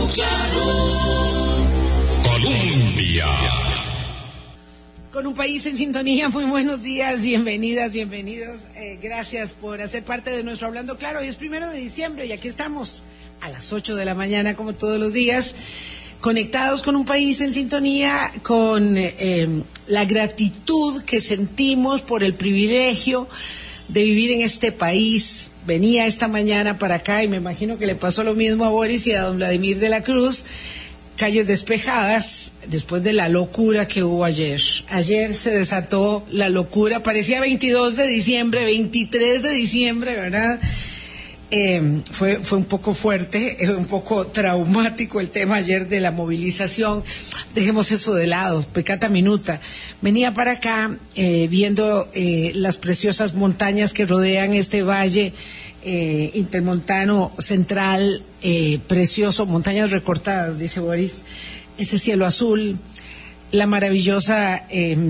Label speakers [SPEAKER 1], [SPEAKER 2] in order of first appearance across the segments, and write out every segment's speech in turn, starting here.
[SPEAKER 1] Colombia.
[SPEAKER 2] Con un país en sintonía, muy buenos días, bienvenidas, bienvenidos. Gracias por hacer parte de nuestro Hablando Claro. Hoy es 1 de diciembre y aquí estamos a las 8 de la mañana, como todos los días, conectados con un país en sintonía, con la gratitud que sentimos por el privilegio de vivir en este país. Venía esta mañana para acá y me imagino que le pasó lo mismo a Boris y a don Vladimir de la Cruz. Calles despejadas después de la locura que hubo ayer. Ayer se desató la locura, parecía 22 de diciembre, 23 de diciembre, ¿verdad? Fue un poco fuerte, un poco traumático el tema ayer de la movilización. Dejemos eso de lado, pecata minuta. Venía para acá viendo las preciosas montañas que rodean este valle intermontano central, precioso, montañas recortadas, dice Boris, ese cielo azul, la maravillosa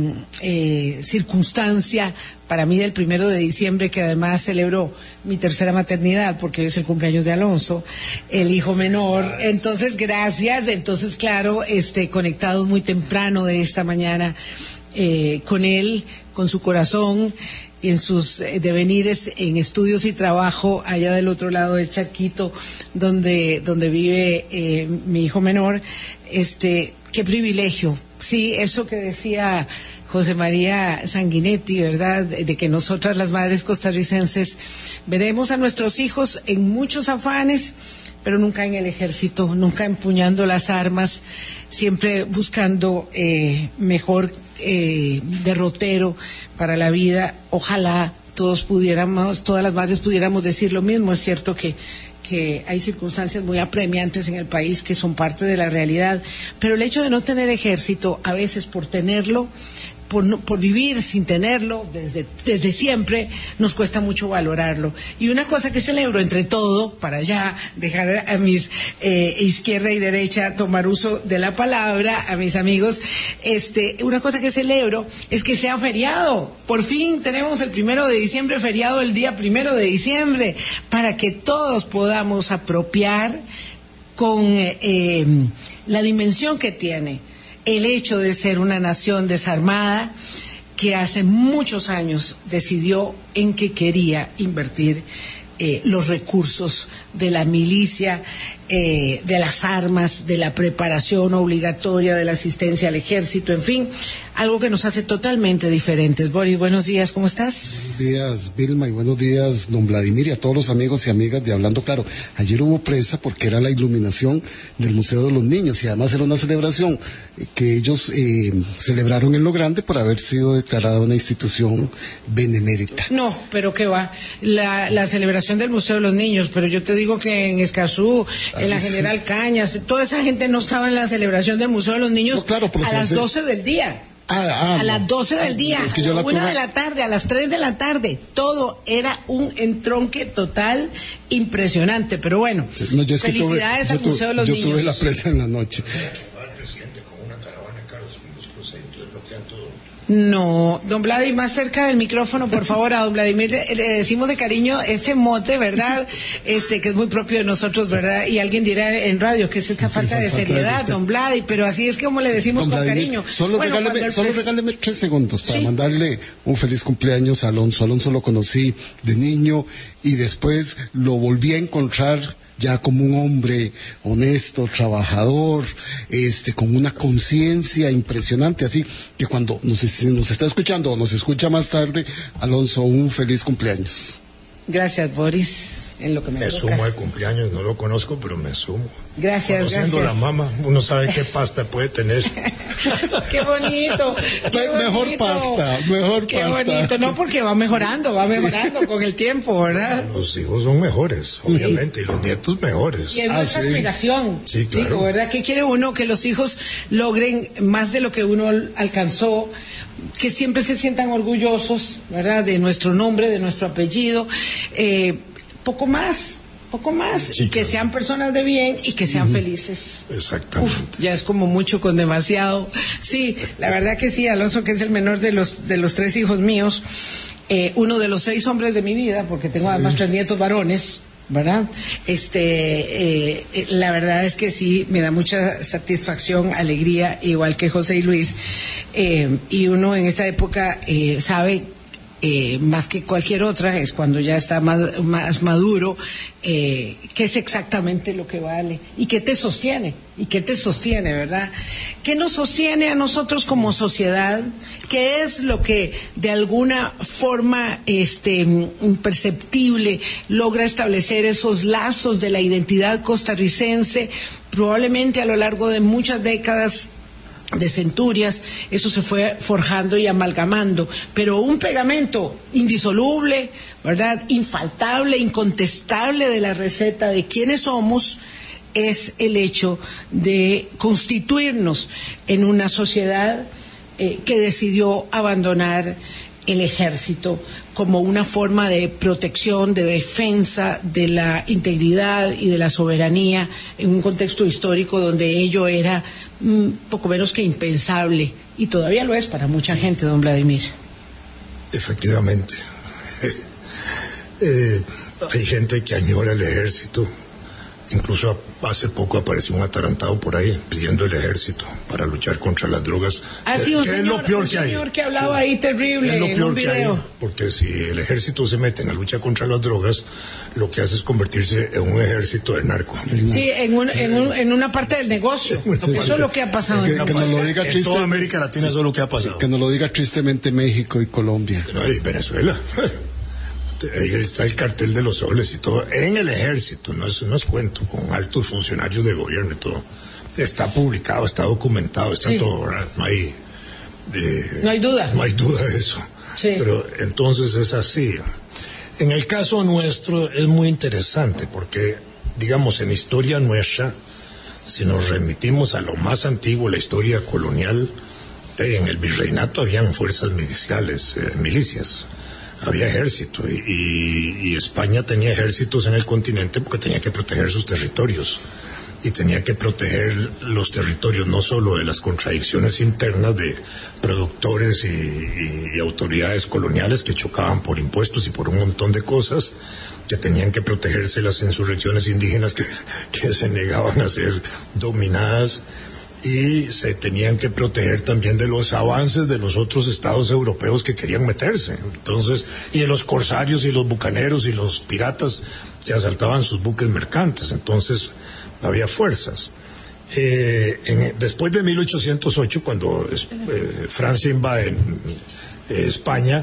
[SPEAKER 2] circunstancia para mí del 1 de diciembre, que además celebro mi tercera maternidad, porque hoy es el cumpleaños de Alonso, el hijo menor. Entonces, gracias. Entonces, claro, conectados muy temprano de esta mañana con él, con su corazón, en sus devenires en estudios y trabajo allá del otro lado del charquito donde vive mi hijo menor. Qué privilegio. Sí, eso que decía José María Sanguinetti, ¿verdad? De que nosotras las madres costarricenses veremos a nuestros hijos en muchos afanes, pero nunca en el ejército, nunca empuñando las armas, siempre buscando mejor derrotero para la vida. Ojalá todas las madres pudiéramos decir lo mismo. Es cierto que hay circunstancias muy apremiantes en el país que son parte de la realidad, pero el hecho de no tener ejército, a veces por tenerlo, por vivir sin tenerlo desde siempre, nos cuesta mucho valorarlo. Y una cosa que celebro entre todo, para ya dejar a mis izquierda y derecha tomar uso de la palabra, a mis amigos, una cosa que celebro es que sea feriado. Por fin tenemos el 1 de diciembre feriado, el día 1 de diciembre, para que todos podamos apropiar con la dimensión que tiene el hecho de ser una nación desarmada que hace muchos años decidió en que quería invertir los recursos de la milicia, de las armas, de la preparación obligatoria, de la asistencia al ejército, en fin, algo que nos hace totalmente diferentes. Boris, buenos días, ¿cómo estás?
[SPEAKER 3] Buenos días, Vilma, y buenos días, don Vladimir, y a todos los amigos y amigas de Hablando Claro. Ayer hubo presa porque era la iluminación del Museo de los Niños, y además era una celebración que ellos celebraron en lo grande por haber sido declarada una institución benemérita.
[SPEAKER 2] No, pero qué va, la celebración del Museo de los Niños, pero yo te digo que en Escazú, en la General Cañas, toda esa gente no estaba en la celebración del Museo de los Niños, no, claro, a las 12 del día. A las 12 del día,
[SPEAKER 3] es que a la
[SPEAKER 2] 1 de la tarde, a las 3 de la tarde, todo era un entronque total impresionante, pero bueno,
[SPEAKER 3] no,
[SPEAKER 2] felicidades al Museo de los Niños.
[SPEAKER 3] Yo tuve la presa en la noche.
[SPEAKER 2] No, don Vladimir, más cerca del micrófono, por favor. A don Vladimir le decimos de cariño ese mote, ¿verdad? Que es muy propio de nosotros, ¿verdad? Y alguien dirá en radio que es esta falta de seriedad, don Vladimir, pero así es como le decimos con cariño.
[SPEAKER 3] Solo regáleme 3 segundos para mandarle un feliz cumpleaños a Alonso. Alonso lo conocí de niño y después lo volví a encontrar ya como un hombre honesto, trabajador, con una conciencia impresionante, así que cuando nos está escuchando o nos escucha más tarde, Alonso, un feliz cumpleaños.
[SPEAKER 2] Gracias, Boris. En lo que me
[SPEAKER 4] sumo de cumpleaños, no lo conozco, pero me sumo.
[SPEAKER 2] Gracias,
[SPEAKER 4] Conociendo
[SPEAKER 2] gracias.
[SPEAKER 4] la mamá, uno sabe qué pasta puede tener.
[SPEAKER 2] Qué bonito.
[SPEAKER 3] Mejor pasta.
[SPEAKER 2] Qué bonito, no, porque va mejorando con el tiempo, ¿verdad?
[SPEAKER 4] Los hijos son mejores, obviamente, y los nietos mejores.
[SPEAKER 2] Y es nuestra aspiración.
[SPEAKER 4] Sí, claro.
[SPEAKER 2] Digo, ¿verdad? ¿Qué quiere uno? Que los hijos logren más de lo que uno alcanzó, que siempre se sientan orgullosos, ¿verdad? De nuestro nombre, de nuestro apellido, poco más, sí, y que sean personas de bien y que sean felices.
[SPEAKER 4] Exactamente.
[SPEAKER 2] Ya es como mucho con demasiado. Sí, la verdad que sí, Alonso, que es el menor de los 3 hijos míos, uno de los 6 hombres de mi vida, porque tengo además 3 nietos varones, ¿verdad? La verdad es que sí, me da mucha satisfacción, alegría, igual que José y Luis, y uno en esa época sabe más que cualquier otra, es cuando ya está más maduro, qué es exactamente lo que vale y qué te sostiene, ¿verdad? ¿Qué nos sostiene a nosotros como sociedad? ¿Qué es lo que de alguna forma imperceptible logra establecer esos lazos de la identidad costarricense? Probablemente a lo largo de muchas décadas de centurias, eso se fue forjando y amalgamando, pero un pegamento indisoluble, ¿verdad?, infaltable, incontestable de la receta de quiénes somos, es el hecho de constituirnos en una sociedad que decidió abandonar el ejército como una forma de protección, de defensa de la integridad y de la soberanía en un contexto histórico donde ello era poco menos que impensable, y todavía lo es para mucha gente, don Vladimir.
[SPEAKER 4] Efectivamente. Hay gente que añora el ejército. Incluso hace poco apareció un atarantado por ahí pidiendo el ejército para luchar contra las drogas.
[SPEAKER 2] Sí, un
[SPEAKER 4] señor,
[SPEAKER 2] es lo peor que hay. Un señor que hablaba ahí terrible
[SPEAKER 4] es lo peor
[SPEAKER 2] en un video.
[SPEAKER 4] que hay, porque si el ejército se mete en la lucha contra las drogas, lo que hace es convertirse en un ejército del narco.
[SPEAKER 2] Sí, en una parte del negocio. Eso es lo que ha pasado.
[SPEAKER 3] Que nos lo diga
[SPEAKER 4] en toda América Latina, eso es lo que ha pasado.
[SPEAKER 3] Que nos lo diga tristemente México y Colombia.
[SPEAKER 4] Y Venezuela. Ahí está el cartel de los soles y todo, en el ejército, no es cuento, con altos funcionarios de gobierno y todo. Está publicado, está documentado, está todo, ¿verdad? No hay duda. No hay duda de eso.
[SPEAKER 2] Sí.
[SPEAKER 4] Pero entonces es así. En el caso nuestro es muy interesante porque, digamos, en historia nuestra, si nos remitimos a lo más antiguo, la historia colonial, en el virreinato habían fuerzas milicias. Había ejército y España tenía ejércitos en el continente porque tenía que proteger sus territorios y tenía que proteger los territorios no solo de las contradicciones internas de productores y autoridades coloniales que chocaban por impuestos y por un montón de cosas, que tenían que protegerse las insurrecciones indígenas que se negaban a ser dominadas, y se tenían que proteger también de los avances de los otros estados europeos que querían meterse. Entonces, y de los corsarios y los bucaneros y los piratas que asaltaban sus buques mercantes. Entonces, había fuerzas. Después de 1808, cuando Francia invade España,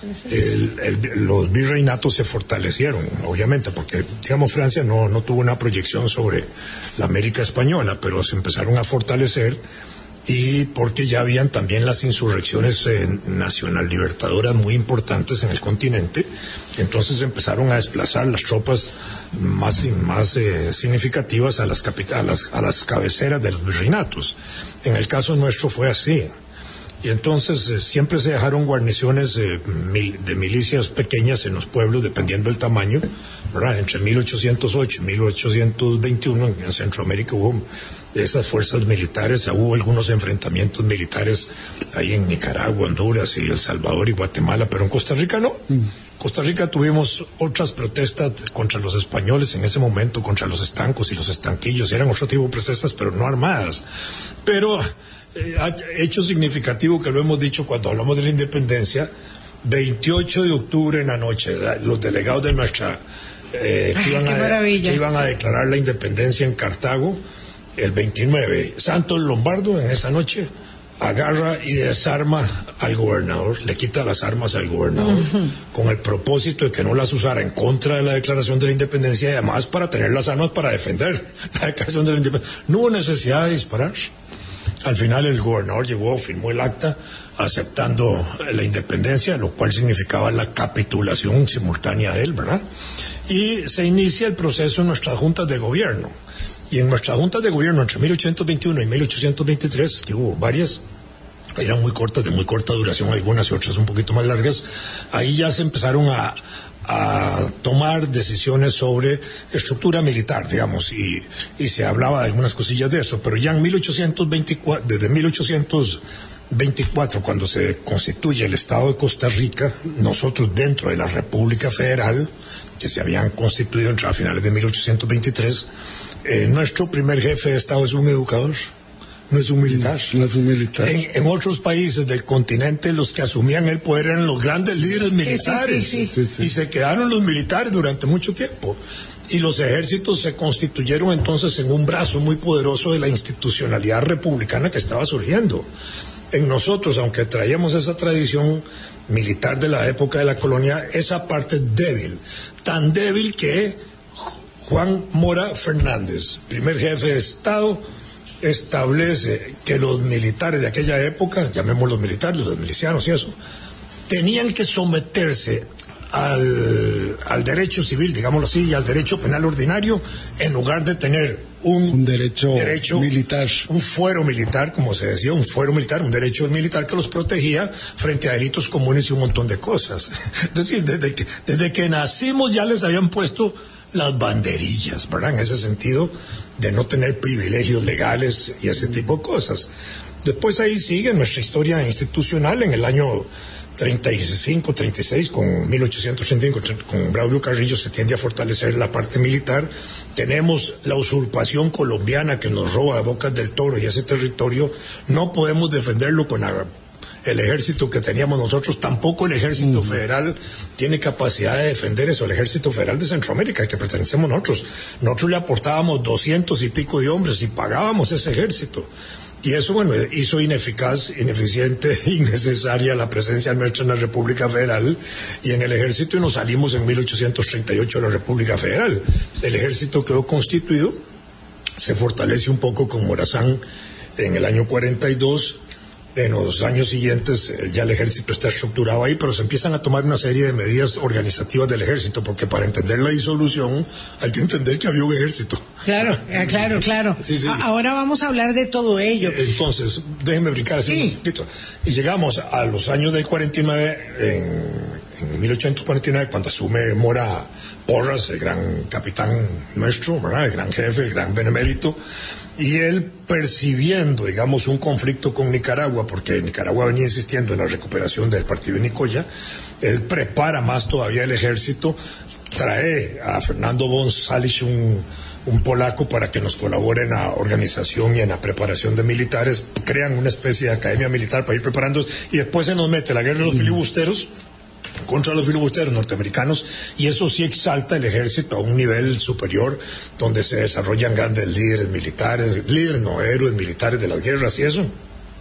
[SPEAKER 4] los virreinatos se fortalecieron, obviamente, porque, digamos, Francia no tuvo una proyección sobre la América española, pero se empezaron a fortalecer, y porque ya habían también las insurrecciones nacional libertadoras muy importantes en el continente, entonces empezaron a desplazar las tropas más significativas a las cabeceras de los virreinatos. En el caso nuestro fue así. Y entonces siempre se dejaron guarniciones de milicias pequeñas en los pueblos, dependiendo del tamaño, ¿verdad? Entre 1808 y 1821 en Centroamérica hubo esas fuerzas militares, hubo algunos enfrentamientos militares ahí en Nicaragua, Honduras y El Salvador y Guatemala, pero en Costa Rica no. Costa Rica tuvimos otras protestas contra los españoles en ese momento, contra los estancos y los estanquillos, eran otro tipo de protestas, pero no armadas. Pero hecho significativo que lo hemos dicho cuando hablamos de la independencia, 28 de octubre en la noche, los delegados de nuestra que iban a declarar la independencia en Cartago, el 29, Santos Lombardo en esa noche agarra y desarma al gobernador, le quita las armas al gobernador, con el propósito de que no las usara en contra de la declaración de la independencia, y además para tener las armas para defender la declaración de la independencia. No hubo necesidad de disparar. Al final el gobernador firmó el acta aceptando la independencia, lo cual significaba la capitulación simultánea de él, ¿verdad? Y se inicia el proceso en nuestras juntas de gobierno. Y en nuestras juntas de gobierno entre 1821 y 1823, que hubo varias, eran muy cortas, de muy corta duración algunas y otras un poquito más largas, ahí ya se empezaron a tomar decisiones sobre estructura militar, digamos, y se hablaba de algunas cosillas de eso, pero ya en 1824, desde 1824, cuando se constituye el Estado de Costa Rica, nosotros dentro de la República Federal que se habían constituido a finales de 1823, nuestro primer jefe de Estado es un educador, no es un militar.
[SPEAKER 3] No es un militar.
[SPEAKER 4] En otros países del continente los que asumían el poder eran los grandes líderes militares,
[SPEAKER 2] sí.
[SPEAKER 4] Y se quedaron los militares durante mucho tiempo. Y los ejércitos se constituyeron entonces en un brazo muy poderoso de la institucionalidad republicana que estaba surgiendo. En nosotros, aunque traíamos esa tradición militar de la época de la colonia, esa parte es débil, tan débil que Juan Mora Fernández, primer jefe de Estado, establece que los militares de aquella época, llamémoslos militares, los milicianos y eso, tenían que someterse al derecho civil, digámoslo así, y al derecho penal ordinario, en lugar de tener un derecho
[SPEAKER 3] militar,
[SPEAKER 4] un fuero militar, como se decía, un fuero militar, un derecho militar que los protegía frente a delitos comunes y un montón de cosas. Es decir, desde que nacimos ya les habían puesto las banderillas, ¿verdad? En ese sentido de no tener privilegios legales y ese tipo de cosas. Después ahí sigue nuestra historia institucional. En el año 35, 36, con 1835, con Braulio Carrillo se tiende a fortalecer la parte militar. Tenemos la usurpación colombiana que nos roba a Bocas del Toro, y ese territorio no podemos defenderlo con el ejército que teníamos nosotros. Tampoco el ejército federal tiene capacidad de defender eso. El ejército federal de Centroamérica, al que pertenecemos nosotros le aportábamos 200 y pico de hombres y pagábamos ese ejército. Y eso, bueno, hizo ineficaz, ineficiente, innecesaria la presencia nuestra en la República Federal y en el ejército, y nos salimos en 1838 de la República Federal. El ejército quedó constituido, se fortalece un poco con Morazán en el año 42. En los años siguientes ya el ejército está estructurado ahí, pero se empiezan a tomar una serie de medidas organizativas del ejército, porque para entender la disolución hay que entender que había un ejército.
[SPEAKER 2] Claro.
[SPEAKER 4] Sí.
[SPEAKER 2] Ahora vamos a hablar de todo ello.
[SPEAKER 4] Entonces, déjenme brincar así un poquito. Y llegamos a los años del 49, en 1849, cuando asume Mora Porras, el gran capitán nuestro, ¿verdad? El gran jefe, el gran benemérito. Y él, percibiendo, digamos, un conflicto con Nicaragua, porque Nicaragua venía insistiendo en la recuperación del partido de Nicoya, él prepara más todavía el ejército, trae a Fernando von Salisch, un polaco, para que nos colabore en la organización y en la preparación de militares. Crean una especie de academia militar para ir preparándolos, y después se nos mete la guerra de los filibusteros contra los filibusteros norteamericanos, y eso sí exalta el ejército a un nivel superior, donde se desarrollan grandes líderes militares, héroes militares de las guerras y eso.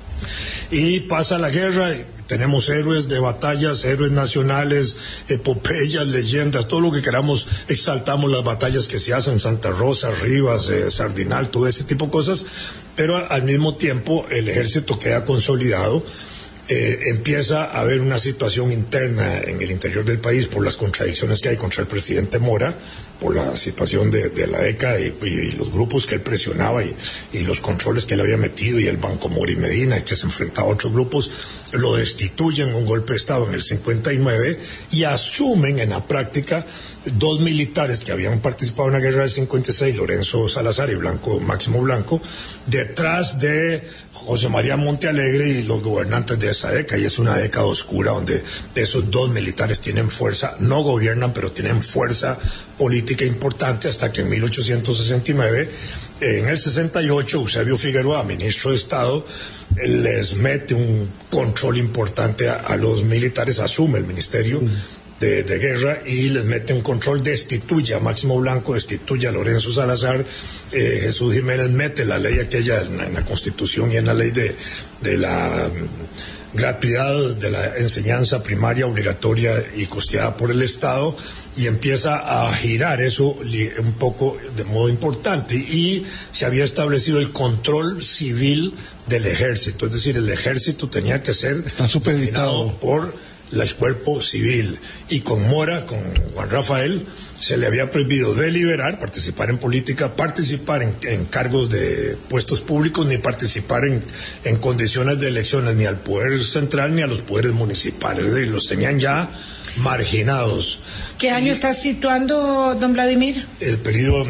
[SPEAKER 4] Y pasa la guerra, tenemos héroes de batallas, héroes nacionales, epopeyas, leyendas, todo lo que queramos, exaltamos las batallas que se hacen, Santa Rosa, Rivas, Sardinal, todo ese tipo de cosas, pero al mismo tiempo el ejército queda consolidado. Empieza a haber una situación interna en el interior del país por las contradicciones que hay contra el presidente Mora, por la situación de la ECA y los grupos que él presionaba y los controles que él había metido, y el Banco Mora y Medina, que se enfrentaba a otros grupos. Lo destituyen, un golpe de Estado en el 59, y asumen en la práctica dos militares que habían participado en la guerra del 56, Lorenzo Salazar y Máximo Blanco, detrás de José María Montealegre y los gobernantes de esa década. Y es una década oscura donde esos dos militares tienen fuerza, no gobiernan, pero tienen fuerza política importante, hasta que en 1869, en el 68, Eusebio Figueroa, ministro de Estado, les mete un control importante a los militares, asume el ministerio de guerra y les mete un control, destituye a Máximo Blanco, destituye a Lorenzo Salazar. Jesús Jiménez mete la ley aquella en la Constitución y en la ley de la gratuidad de la enseñanza primaria obligatoria y costeada por el Estado, y empieza a girar eso un poco de modo importante, y se había establecido el control civil del ejército, es decir, el ejército tenía que ser supeditado por el cuerpo civil, y con Mora, con Juan Rafael, se le había prohibido deliberar, participar en política, participar en cargos de puestos públicos, ni participar en condiciones de elecciones, ni al poder central ni a los poderes municipales. Es decir, los tenían ya marginados.
[SPEAKER 2] ¿Qué año estás situando, don Vladimir?
[SPEAKER 4] El periodo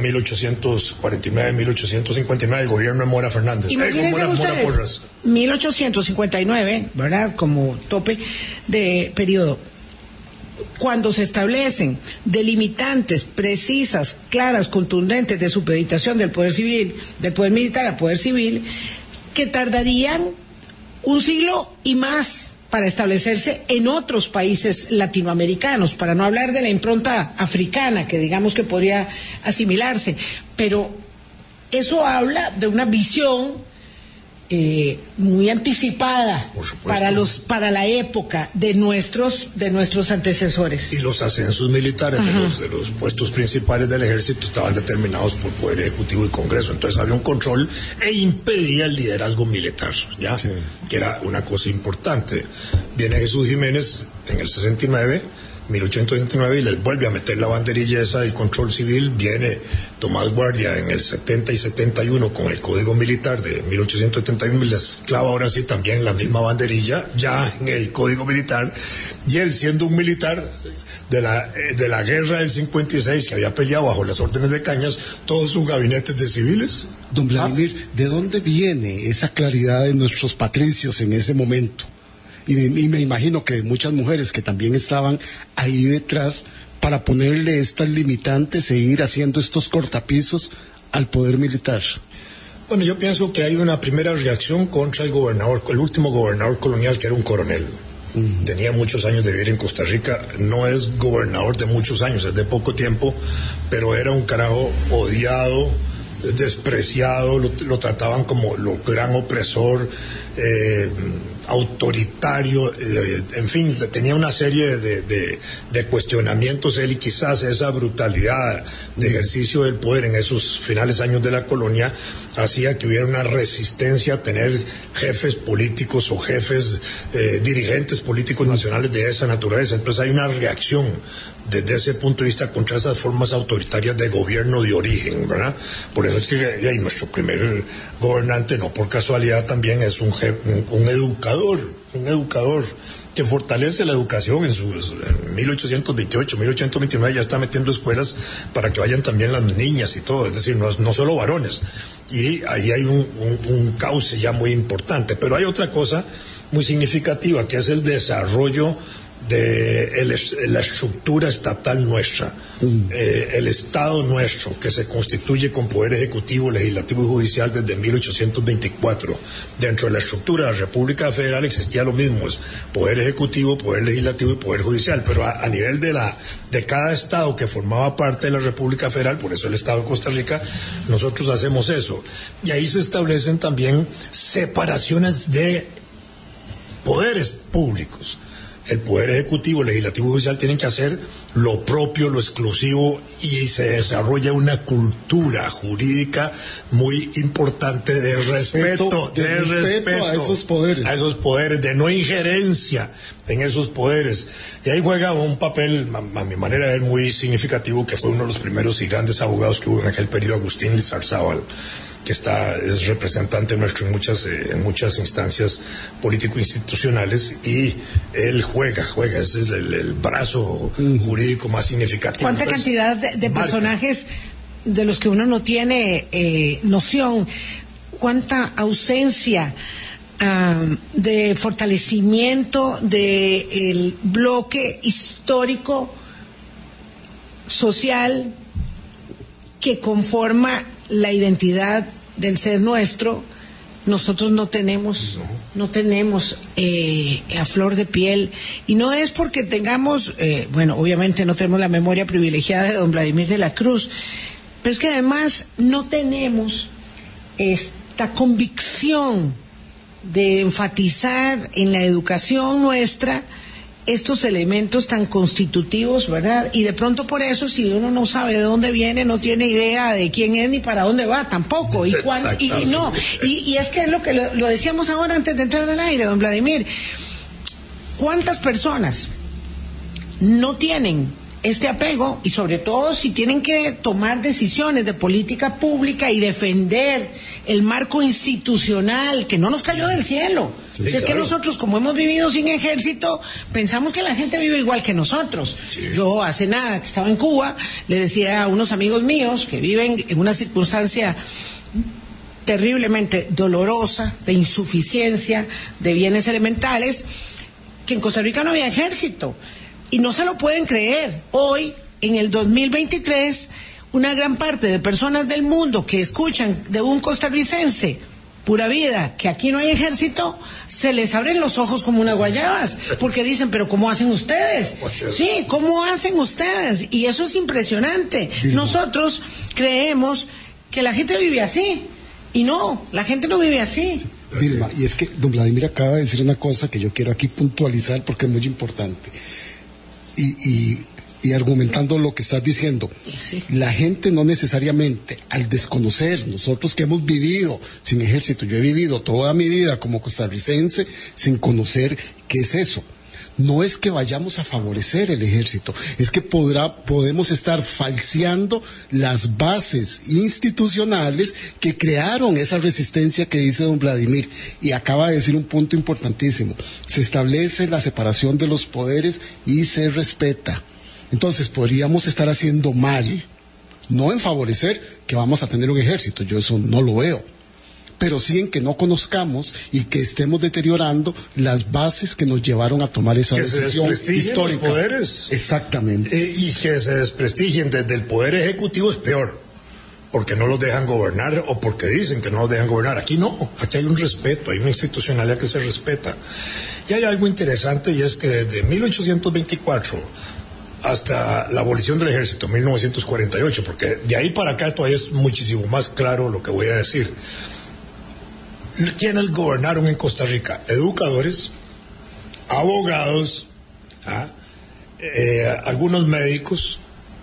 [SPEAKER 4] 1849-1859, el gobierno de Mora Fernández.
[SPEAKER 2] Imagínense ustedes,
[SPEAKER 4] Porras.
[SPEAKER 2] 1859, ¿verdad? Como tope de periodo. cuando se establecen delimitantes precisas, claras, contundentes de supeditación del poder civil, del poder militar al poder civil, que tardarían un siglo y más para establecerse en otros países latinoamericanos, para no hablar de la impronta africana, que digamos que podría asimilarse, pero eso habla de una visión muy anticipada para la época de nuestros antecesores.
[SPEAKER 4] Y los ascensos militares de los puestos principales del ejército estaban determinados por Poder Ejecutivo y Congreso, entonces había un control e impedía el liderazgo militar, ¿ya? Sí. Que era una cosa importante. Viene Jesús Jiménez en el 1829 y les vuelve a meter la banderilla esa del control civil. Viene Tomás Guardia en el 70 y 71 con el Código Militar de 1871 y les clava ahora sí también la misma banderilla ya en el Código Militar, y él siendo un militar de la guerra del 56 que había peleado bajo las órdenes de Cañas, todos sus gabinetes de civiles.
[SPEAKER 3] Don Vladimir, ¿de dónde viene esa claridad de nuestros patricios en ese momento? Y me imagino que muchas mujeres que también estaban ahí detrás para ponerle estas limitantes e ir haciendo estos cortapisos al poder militar.
[SPEAKER 4] Bueno, yo pienso que hay una primera reacción contra el último gobernador colonial, que era un coronel. Tenía muchos años de vivir en Costa Rica, no es gobernador de muchos años, es de poco tiempo, pero era un carajo odiado, despreciado, lo trataban como lo gran opresor, autoritario, en fin, tenía una serie de cuestionamientos él, y quizás esa brutalidad de ejercicio del poder en esos finales años de la colonia hacía que hubiera una resistencia a tener jefes políticos o jefes dirigentes políticos nacionales de esa naturaleza. Entonces hay una reacción desde ese punto de vista contra esas formas autoritarias de gobierno de origen, ¿verdad? Por eso es que nuestro primer gobernante, no por casualidad, también es un educador que fortalece la educación en 1828, 1829 ya está metiendo escuelas para que vayan también las niñas y todo, es decir, no solo varones, y ahí hay un cauce ya muy importante. Pero hay otra cosa muy significativa, que es el desarrollo de la estructura estatal nuestra, el Estado nuestro, que se constituye con poder ejecutivo, legislativo y judicial desde 1824. Dentro de la estructura de la República Federal existía lo mismo, es poder ejecutivo, poder legislativo y poder judicial, pero a nivel de cada estado que formaba parte de la República Federal, por eso el Estado de Costa Rica, nosotros hacemos eso. Y ahí se establecen también separaciones de poderes públicos. El Poder Ejecutivo, Legislativo y Judicial tienen que hacer lo propio, lo exclusivo, y se desarrolla una cultura jurídica muy importante de respeto
[SPEAKER 3] a esos
[SPEAKER 4] poderes, de no injerencia en esos poderes. Y ahí juega un papel, a mi manera de ver, muy significativo, que fue uno de los primeros y grandes abogados que hubo en aquel periodo, Agustín Lizarzábal, que es representante nuestro en muchas instancias político-institucionales, y él juega, ese es el brazo jurídico más significativo.
[SPEAKER 2] ¿Cuánta cantidad de personajes de los que uno no tiene noción? ¿Cuánta ausencia de fortalecimiento del bloque histórico social que conforma la identidad del ser nuestro? Nosotros no tenemos a flor de piel, y no es porque tengamos, obviamente no tenemos la memoria privilegiada de don Vladimir de la Cruz, pero es que además no tenemos esta convicción de enfatizar en la educación nuestra estos elementos tan constitutivos, ¿verdad? Y de pronto por eso, si uno no sabe de dónde viene, no tiene idea de quién es ni para dónde va tampoco. Y es que es lo que lo decíamos ahora antes de entrar al aire, don Vladimir. ¿Cuántas personas no tienen este apego, y sobre todo si tienen que tomar decisiones de política pública y defender el marco institucional que no nos cayó del cielo? Sí, es que nosotros, como hemos vivido sin ejército, pensamos que la gente vive igual que nosotros. Sí. Yo hace nada que estaba en Cuba, le decía a unos amigos míos que viven en una circunstancia terriblemente dolorosa, de insuficiencia de bienes elementales, que en Costa Rica no había ejército. Y no se lo pueden creer. Hoy, en el 2023, una gran parte de personas del mundo que escuchan de un costarricense, pura vida, que aquí no hay ejército, se les abren los ojos como unas guayabas, porque dicen, pero ¿cómo hacen ustedes? Sí, ¿cómo hacen ustedes? Y eso es impresionante. Nosotros creemos que la gente vive así, y no, la gente no vive así.
[SPEAKER 3] Vilma, y es que don Vladimir acaba de decir una cosa que yo quiero aquí puntualizar porque es muy importante. Y argumentando lo que estás diciendo,
[SPEAKER 2] sí.
[SPEAKER 3] La gente no necesariamente, al desconocer, nosotros que hemos vivido sin ejército, yo he vivido toda mi vida como costarricense sin conocer qué es eso. No es que vayamos a favorecer el ejército, es que podemos estar falseando las bases institucionales que crearon esa resistencia que dice don Vladimir. Y acaba de decir un punto importantísimo: se establece la separación de los poderes y se respeta. Entonces podríamos estar haciendo mal, no en favorecer que vamos a tener un ejército, yo eso no lo veo, pero sí en que no conozcamos y que estemos deteriorando las bases que nos llevaron a tomar esa decisión histórica.
[SPEAKER 4] Los poderes.
[SPEAKER 3] Exactamente.
[SPEAKER 4] Y que se desprestigien desde el poder ejecutivo es peor, porque no los dejan gobernar o porque dicen que no los dejan gobernar. Aquí no, aquí hay un respeto, hay una institucionalidad que se respeta. Y hay algo interesante, y es que desde 1824 hasta la abolición del ejército, 1948, porque de ahí para acá todavía es muchísimo más claro lo que voy a decir. ¿Quiénes gobernaron en Costa Rica? Educadores, abogados, algunos médicos,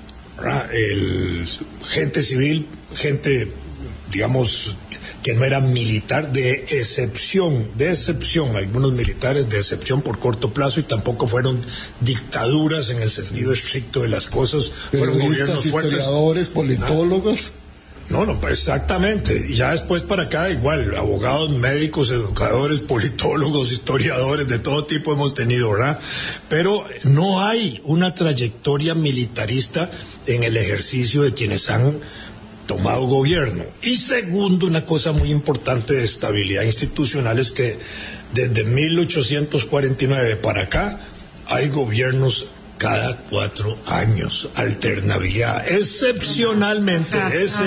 [SPEAKER 4] gente civil, gente, digamos, que no era militar, de excepción, algunos militares de excepción por corto plazo, y tampoco fueron dictaduras en el sentido estricto de las cosas, fueron gobiernos fuertes.
[SPEAKER 3] Historiadores, politólogos.
[SPEAKER 4] No, pues exactamente. Y ya después para acá igual, abogados, médicos, educadores, politólogos, historiadores, de todo tipo hemos tenido, ¿verdad? Pero no hay una trayectoria militarista en el ejercicio de quienes han tomado gobierno. Y segundo, una cosa muy importante de estabilidad institucional es que desde 1849 para acá hay gobiernos cada 4 años, alternabilidad. Excepcionalmente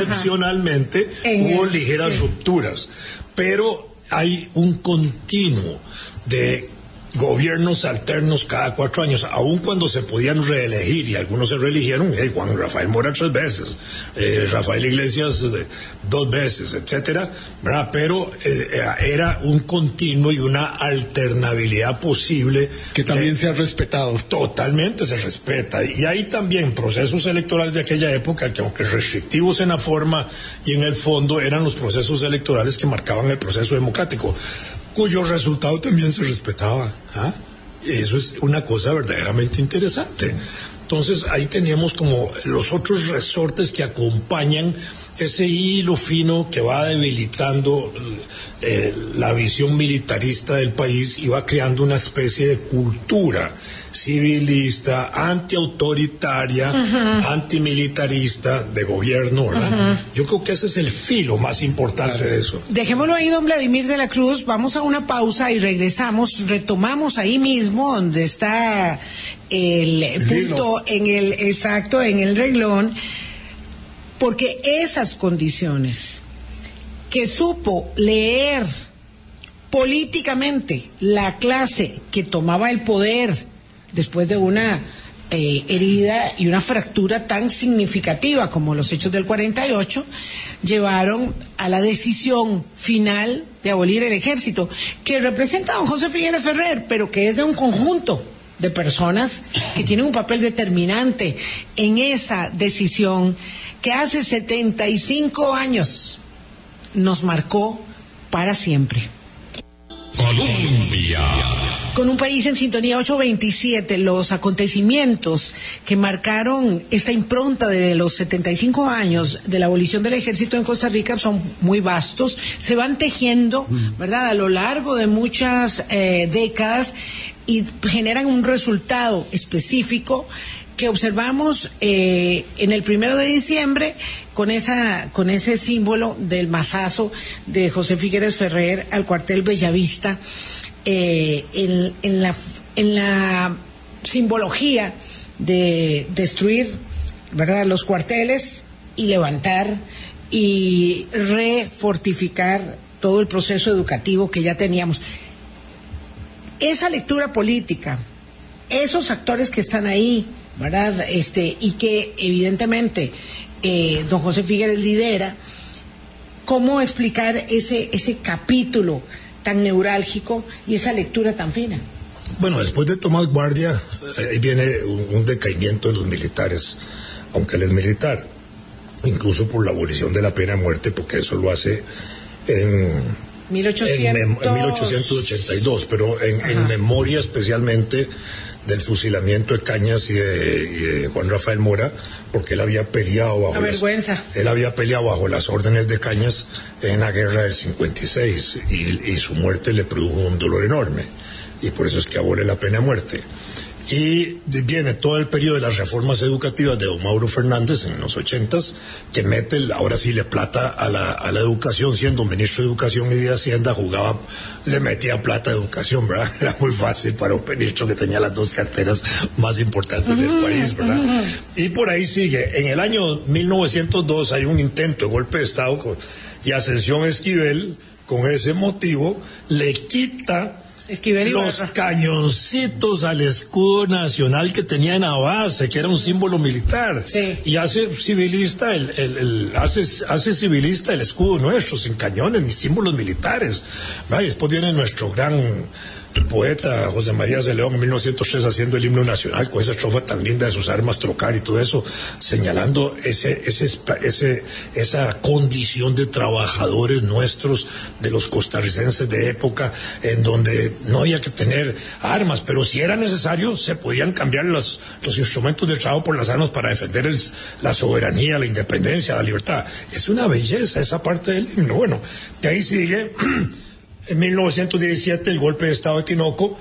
[SPEAKER 4] hubo ligeras rupturas, pero hay un continuo de gobiernos alternos cada 4 años, aun cuando se podían reelegir, y algunos se reeligieron, Juan Rafael Mora 3 veces, Rafael Iglesias 2 veces, etcétera, ¿verdad? Pero era un continuo y una alternabilidad posible
[SPEAKER 3] que también se ha respetado.
[SPEAKER 4] Totalmente se respeta, y hay también procesos electorales de aquella época que, aunque restrictivos en la forma y en el fondo, eran los procesos electorales que marcaban el proceso democrático, cuyo resultado también se respetaba. Eso es una cosa verdaderamente interesante. Entonces ahí teníamos como los otros resortes que acompañan ese hilo fino que va debilitando la visión militarista del país y va creando una especie de cultura civilista, antiautoritaria, antimilitarista de gobierno, ¿verdad? Yo creo que ese es el filo más importante de eso.
[SPEAKER 2] Dejémoslo ahí, don Vladimir de la Cruz, vamos a una pausa y regresamos, retomamos ahí mismo donde está el punto en el renglón, porque esas condiciones que supo leer políticamente la clase que tomaba el poder después de una herida y una fractura tan significativa como los hechos del 48, llevaron a la decisión final de abolir el ejército, que representa a don José Figueres Ferrer, pero que es de un conjunto de personas que tienen un papel determinante en esa decisión que hace 75 años nos marcó para siempre.
[SPEAKER 1] Colombia.
[SPEAKER 2] Con un país en sintonía, 8:27, los acontecimientos que marcaron esta impronta de los 75 años de la abolición del ejército en Costa Rica son muy vastos, se van tejiendo, ¿verdad?, a lo largo de muchas décadas y generan un resultado específico que observamos en el 1 de diciembre con ese símbolo del mazazo de José Figueres Ferrer al cuartel Bellavista, en la simbología de destruir, ¿verdad?, los cuarteles y levantar y refortificar todo el proceso educativo que ya teníamos. Esa lectura política, esos actores que están ahí, ¿verdad?, y que evidentemente don José Figueres lidera, ¿cómo explicar ese capítulo tan neurálgico y esa lectura tan fina?
[SPEAKER 4] Bueno, después de Tomás Guardia, ahí viene un decaimiento de los militares, aunque él es militar, incluso por la abolición de la pena de muerte, porque eso lo hace en 1882, pero en memoria especialmente del fusilamiento de Cañas y de Juan Rafael Mora, porque él había peleado bajo las órdenes de Cañas en la guerra del 56 y su muerte le produjo un dolor enorme, y por eso es que abole la pena de muerte. Y viene todo el periodo de las reformas educativas de don Mauro Fernández en los 80s, que mete, ahora sí le plata a la educación, siendo ministro de Educación y de Hacienda, le metía plata a educación, ¿verdad? Era muy fácil para un ministro que tenía las dos carteras más importantes del país, ¿verdad? Y por ahí sigue. En el año 1902 hay un intento de golpe de Estado y Ascensión Esquivel, con ese motivo, le quita los cañoncitos al escudo nacional que tenía en la base, que era un símbolo militar,
[SPEAKER 2] sí,
[SPEAKER 4] y hace civilista hace civilista el escudo nuestro, sin cañones ni símbolos militares, ¿verdad? Y después viene nuestro gran poeta José María de León en 1903 haciendo el himno nacional con esa estrofa tan linda de sus armas trocar y todo eso, señalando esa condición de trabajadores nuestros, de los costarricenses de época, en donde no había que tener armas, pero si era necesario se podían cambiar los instrumentos de trabajo por las armas para defender la soberanía, la independencia, la libertad. Es una belleza esa parte del himno. Bueno, de ahí sigue en 1917 el golpe de Estado de Tinoco.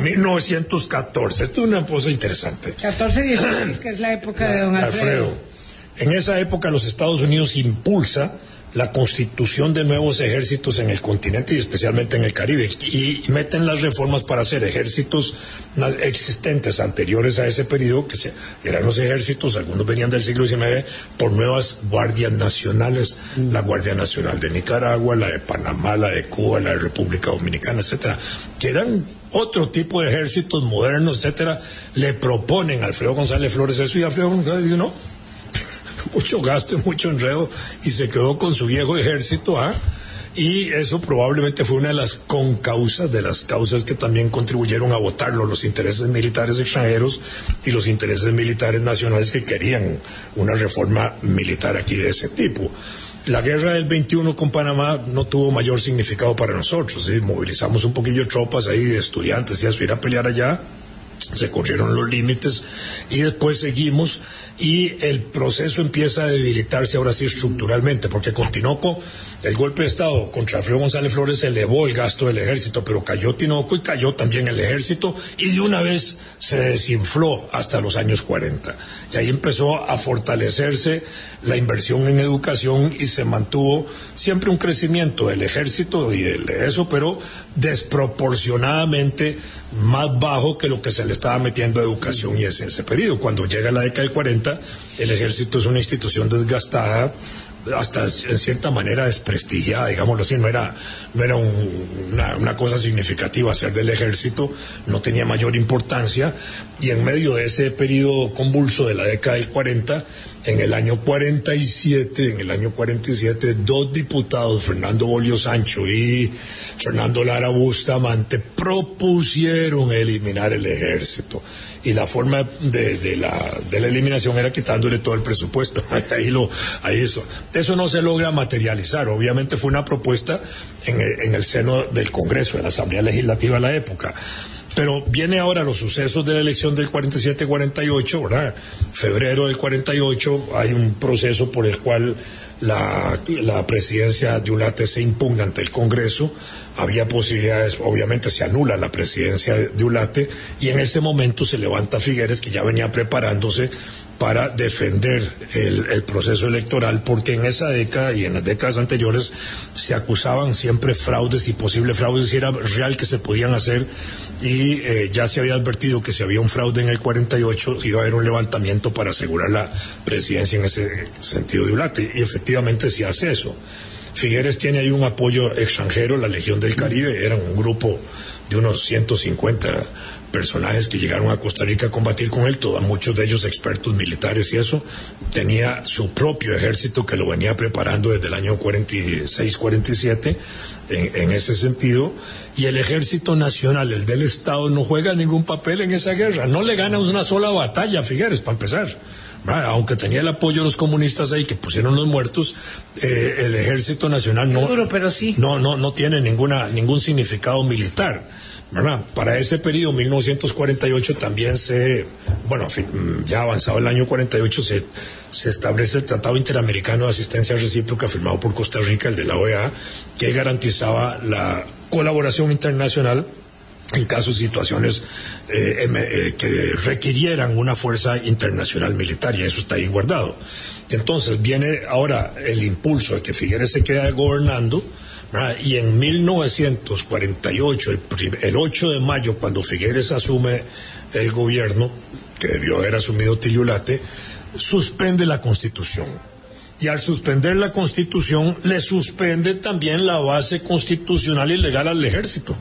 [SPEAKER 4] 1914. Esto es una cosa interesante.
[SPEAKER 2] 14-16, que es la época de don Alfredo.
[SPEAKER 4] En esa época los Estados Unidos impulsa la constitución de nuevos ejércitos en el continente y especialmente en el Caribe, y meten las reformas para hacer ejércitos existentes anteriores a ese periodo, que eran los ejércitos, algunos venían del siglo XIX, por nuevas guardias nacionales, la Guardia Nacional de Nicaragua, la de Panamá, la de Cuba, la de República Dominicana, etcétera, que eran otro tipo de ejércitos modernos, etcétera. Le proponen a Alfredo González Flores eso, y Alfredo González dice no, mucho gasto y mucho enredo, y se quedó con su viejo ejército, y eso probablemente fue una de las concausas, de las causas que también contribuyeron a votarlo, los intereses militares extranjeros y los intereses militares nacionales que querían una reforma militar aquí de ese tipo. La guerra del 21 con Panamá no tuvo mayor significado para nosotros, ¿sí? Movilizamos un poquillo de tropas ahí de estudiantes y a ir a pelear allá, se corrieron los límites y después seguimos, y el proceso empieza a debilitarse ahora sí estructuralmente, porque con Tinoco el golpe de Estado contra Alfredo González Flores elevó el gasto del ejército, pero cayó Tinoco y cayó también el ejército, y de una vez se desinfló hasta los años 40. Y ahí empezó a fortalecerse la inversión en educación y se mantuvo siempre un crecimiento del ejército y de eso, pero desproporcionadamente más bajo que lo que se le estaba metiendo a educación, y es ese periodo. Cuando llega la década del 40, el ejército es una institución desgastada, hasta en cierta manera desprestigiada, digámoslo así. No era una cosa significativa ser del ejército, no tenía mayor importancia, y en medio de ese periodo convulso de la década del 40, en el año 47, dos diputados, Fernando Bolio Sancho y Fernando Lara Bustamante, propusieron eliminar el ejército. Y la forma de la eliminación era quitándole todo el presupuesto. Eso no se logra materializar. Obviamente fue una propuesta en el seno del Congreso, de la Asamblea Legislativa de la época. Pero viene ahora los sucesos de la elección del 47-48, ¿verdad? Febrero del 48, hay un proceso por el cual la presidencia de Ulate se impugna ante el Congreso. Había posibilidades, obviamente se anula la presidencia de Ulate, y en ese momento se levanta Figueres, que ya venía preparándose para defender el proceso electoral, porque en esa década y en las décadas anteriores se acusaban siempre fraudes y posibles fraudes, y era real que se podían hacer, y ya se había advertido que si había un fraude en el 48 iba a haber un levantamiento para asegurar la presidencia en ese sentido de Ublate, y efectivamente se hace eso. Figueres tiene ahí un apoyo extranjero, la Legión del Caribe, eran un grupo de unos 150 personajes que llegaron a Costa Rica a combatir con él, muchos de ellos expertos militares y eso. Tenía su propio ejército que lo venía preparando desde el año 46-47 en ese sentido, y el ejército nacional, el del Estado, no juega ningún papel en esa guerra, no le gana una sola batalla a Figueres, para empezar. Aunque tenía el apoyo de los comunistas ahí que pusieron los muertos, el ejército nacional no tiene ningún significado militar, ¿verdad? Para ese periodo, 1948, también ya avanzado el año 48, se establece el Tratado Interamericano de Asistencia Recíproca firmado por Costa Rica, el de la OEA, que garantizaba la colaboración internacional en casos y situaciones que requirieran una fuerza internacional militar, y eso está ahí guardado. Entonces viene ahora el impulso de que Figueres se queda gobernando, ¿verdad? Y en 1948, el 8 de mayo, cuando Figueres asume el gobierno, que debió haber asumido Tilio Ublate, suspende la Constitución. Y al suspender la Constitución, le suspende también la base constitucional y legal al ejército.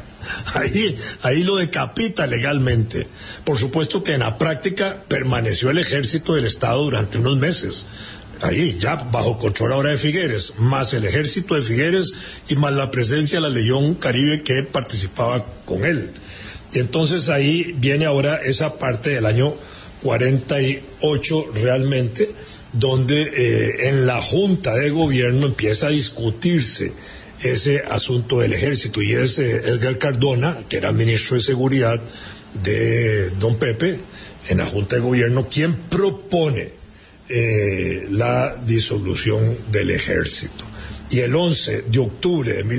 [SPEAKER 4] Ahí lo decapita legalmente. Por supuesto que en la práctica permaneció el ejército del Estado durante unos meses. Ahí, ya bajo control ahora de Figueres, más el ejército de Figueres y más la presencia de la Legión Caribe que participaba con él. Y entonces ahí viene ahora esa parte del año 48 realmente, donde en la Junta de Gobierno empieza a discutirse ese asunto del ejército, y es Edgar Cardona, que era ministro de Seguridad de Don Pepe, en la Junta de Gobierno, quien propone la disolución del ejército. Y el 11 de octubre de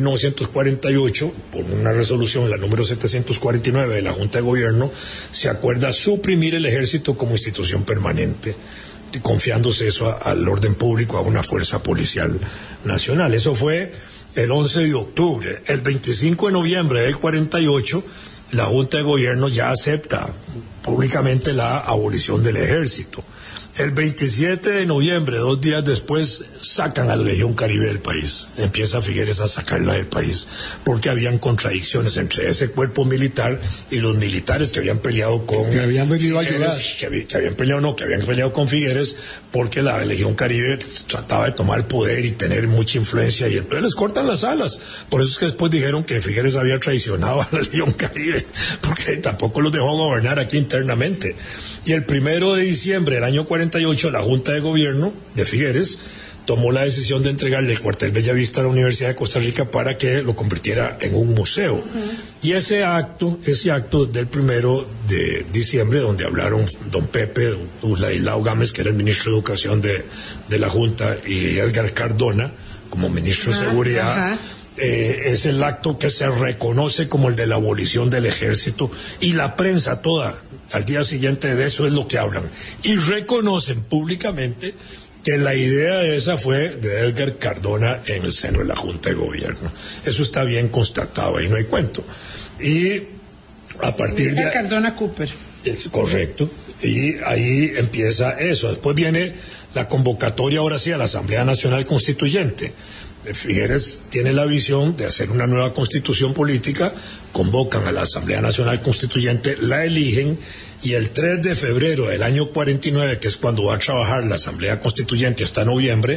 [SPEAKER 4] 1948, por una resolución, la número 749 de la Junta de Gobierno, se acuerda suprimir el ejército como institución permanente, confiándose eso al orden público, a una fuerza policial nacional. Eso fue el 11 de octubre. El 25 de noviembre del 48, la Junta de Gobierno ya acepta públicamente la abolición del ejército. El 27 de noviembre, 2 días después, sacan a la Legión Caribe del país. Empieza Figueres a sacarla del país, porque habían contradicciones entre ese cuerpo militar y los militares que habían peleado con...
[SPEAKER 3] Que habían venido a ayudar.
[SPEAKER 4] Que habían peleado con Figueres, porque la Legión Caribe trataba de tomar poder y tener mucha influencia, y entonces les cortan las alas. Por eso es que después dijeron que Figueres había traicionado a la Legión Caribe, porque tampoco los dejó gobernar aquí internamente. Y el 1 de diciembre del año 48, la Junta de Gobierno de Figueres tomó la decisión de entregarle el cuartel Bellavista a la Universidad de Costa Rica para que lo convirtiera en un museo. Uh-huh. Y ese acto del 1 de diciembre, donde hablaron don Pepe, Ladislao Gámez, que era el ministro de Educación de la Junta, y Edgar Cardona, como ministro de Seguridad, es el acto que se reconoce como el de la abolición del ejército, y la prensa toda, al día siguiente de eso es lo que hablan, y reconocen públicamente que la idea de esa fue de Edgar Cardona en el seno de la Junta de Gobierno. Eso está bien constatado, ahí no hay cuento. Y a partir de...
[SPEAKER 2] Cardona Cooper.
[SPEAKER 4] Es correcto, y ahí empieza eso. Después viene la convocatoria, ahora sí, a la Asamblea Nacional Constituyente. Figueres tiene la visión de hacer una nueva constitución política, convocan a la Asamblea Nacional Constituyente, la eligen, y el 3 de febrero del año 49, que es cuando va a trabajar la Asamblea Constituyente hasta noviembre,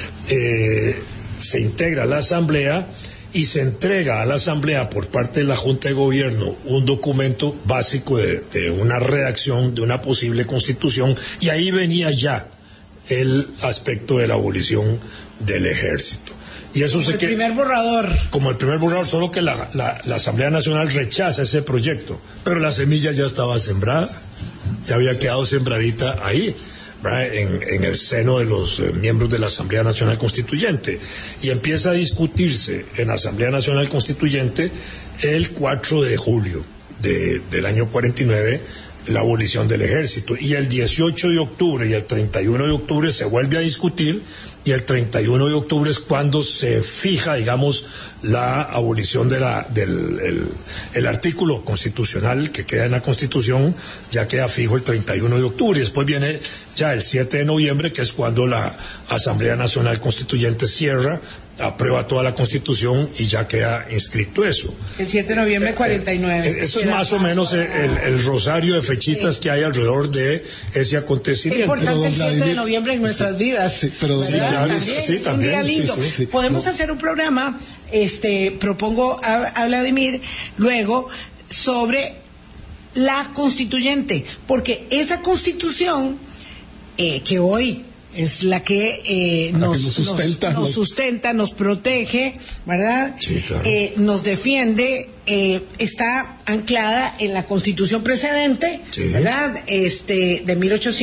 [SPEAKER 4] se integra a la Asamblea y se entrega a la Asamblea por parte de la Junta de Gobierno un documento básico de una redacción de una posible constitución, y ahí venía ya el aspecto de la abolición del ejército. Y eso
[SPEAKER 2] como el primer borrador.
[SPEAKER 4] Como el primer borrador, solo que la Asamblea Nacional rechaza ese proyecto. Pero la semilla ya estaba sembrada, ya había quedado sembradita ahí, ¿verdad? En el seno de los miembros de la Asamblea Nacional Constituyente. Y empieza a discutirse en la Asamblea Nacional Constituyente el 4 de julio del año 49, la abolición del ejército. Y el 18 de octubre y el 31 de octubre se vuelve a discutir, y el 31 de octubre es cuando se fija, digamos, la abolición de el artículo constitucional que queda en la Constitución, ya queda fijo el 31 de octubre. Y después viene ya el 7 de noviembre, que es cuando la Asamblea Nacional Constituyente cierra, aprueba toda la Constitución y ya queda inscrito eso.
[SPEAKER 2] El 7 de noviembre 49.
[SPEAKER 4] Eso es más o menos el rosario de fechitas que hay alrededor de ese acontecimiento.
[SPEAKER 2] Es importante el 7 de noviembre en nuestras vidas.
[SPEAKER 3] Sí, pero
[SPEAKER 4] sí, claro,
[SPEAKER 2] también,
[SPEAKER 4] sí,
[SPEAKER 2] es
[SPEAKER 4] también,
[SPEAKER 2] un día lindo.
[SPEAKER 3] Sí.
[SPEAKER 2] Podemos hacer un programa, propongo a Vladimir luego, sobre la constituyente, porque esa constitución que hoy es la que nos sustenta, nos protege, ¿verdad?
[SPEAKER 4] Sí, claro.
[SPEAKER 2] Nos defiende, está anclada en la Constitución precedente,
[SPEAKER 4] sí,
[SPEAKER 2] ¿verdad? De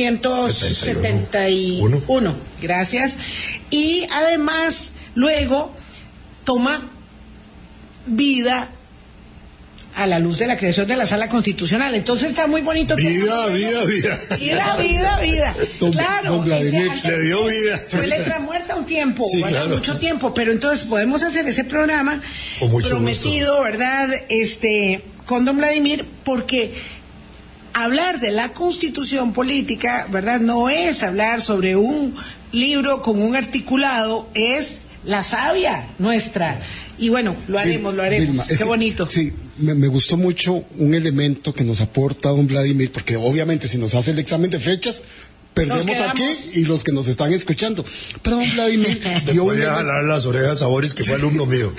[SPEAKER 2] 1871. Gracias. Y además, luego toma vida a la luz de la creación de la Sala Constitucional. Entonces está muy bonito.
[SPEAKER 4] Vida.
[SPEAKER 2] Claro,
[SPEAKER 3] don Vladimir
[SPEAKER 4] le dio vida.
[SPEAKER 2] Fue letra muerta un tiempo,
[SPEAKER 4] Sí, claro.
[SPEAKER 2] mucho tiempo, pero entonces podemos hacer ese programa
[SPEAKER 4] Con mucho
[SPEAKER 2] prometido,
[SPEAKER 4] gusto.
[SPEAKER 2] ¿verdad? Con don Vladimir, porque hablar de la Constitución política, ¿verdad? No es hablar sobre un libro con un articulado, es la savia nuestra. Y bueno, lo haremos.
[SPEAKER 3] Vilma,
[SPEAKER 2] Qué bonito.
[SPEAKER 3] Sí, me gustó mucho un elemento que nos aporta don Vladimir, porque obviamente si nos hace el examen de fechas, perdemos aquí y los que nos están escuchando. Pero don Vladimir dio
[SPEAKER 4] voy a jalar las orejas a Boris, que fue alumno mío.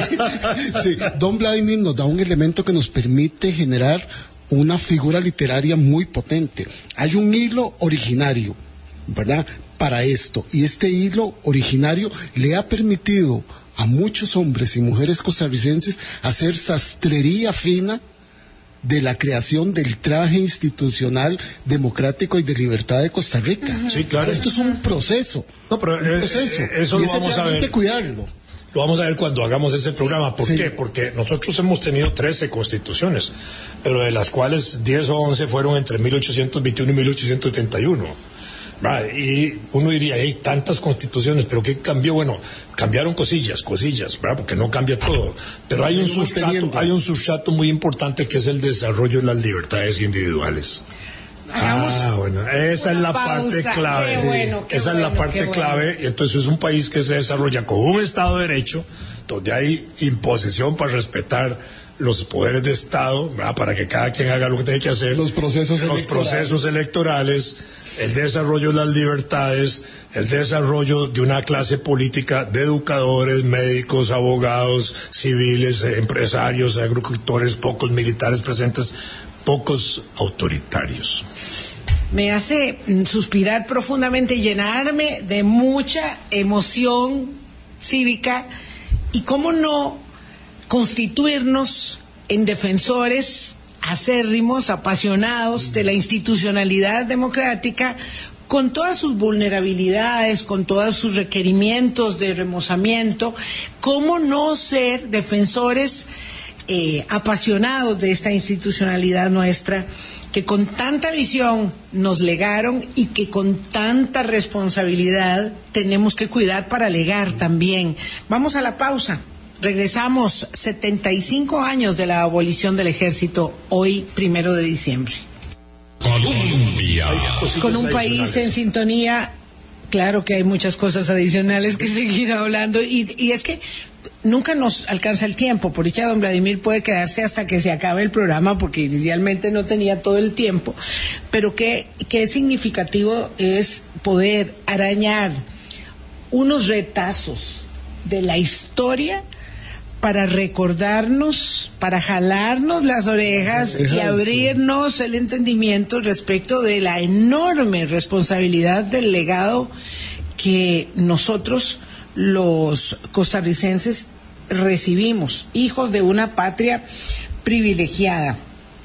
[SPEAKER 3] sí, don Vladimir nos da un elemento que nos permite generar una figura literaria muy potente. Hay un hilo originario, ¿verdad?, para esto, y este hilo originario le ha permitido a muchos hombres y mujeres costarricenses hacer sastrería fina de la creación del traje institucional democrático y de libertad de Costa Rica.
[SPEAKER 4] Sí, claro.
[SPEAKER 3] Esto es un proceso.
[SPEAKER 4] No, pero
[SPEAKER 3] eso
[SPEAKER 4] lo vamos a ver.
[SPEAKER 3] Hay que cuidarlo.
[SPEAKER 4] Lo vamos a ver cuando hagamos ese programa. ¿Por qué? Porque nosotros hemos tenido 13 constituciones, pero de las cuales 10 o 11 fueron entre 1821 y 1871. Y uno diría, hay tantas constituciones, pero ¿qué cambió? Bueno, cambiaron cosillas, ¿verdad? Porque no cambia todo. Pero hay un sustrato muy importante, que es el desarrollo de las libertades individuales. Bueno, esa es la parte clave. Esa es la parte clave. Y entonces es un país que se desarrolla con un Estado de Derecho, donde hay imposición para respetar los poderes de Estado, ¿verdad?, para que cada quien haga lo que tiene que hacer.
[SPEAKER 3] Los procesos
[SPEAKER 4] electorales, el desarrollo de las libertades, el desarrollo de una clase política de educadores, médicos, abogados, civiles, empresarios, agricultores, pocos militares presentes, pocos autoritarios.
[SPEAKER 2] Me hace suspirar profundamente y llenarme de mucha emoción cívica, y cómo no constituirnos en defensores acérrimos, apasionados de la institucionalidad democrática, con todas sus vulnerabilidades, con todos sus requerimientos de remozamiento. ¿Cómo no ser defensores apasionados de esta institucionalidad nuestra, que con tanta visión nos legaron y que con tanta responsabilidad tenemos que cuidar para legar también? Vamos a la pausa. Regresamos. 75 años de la abolición del ejército, hoy 1 de diciembre.
[SPEAKER 1] Colombia.
[SPEAKER 2] Con un país en sintonía, claro que hay muchas cosas adicionales que seguir hablando, y es que nunca nos alcanza el tiempo. Por dicha, don Vladimir puede quedarse hasta que se acabe el programa, porque inicialmente no tenía todo el tiempo, pero qué significativo es poder arañar unos retazos de la historia para recordarnos, para jalarnos las orejas y abrirnos el entendimiento respecto de la enorme responsabilidad del legado que nosotros, los costarricenses, recibimos, hijos de una patria privilegiada.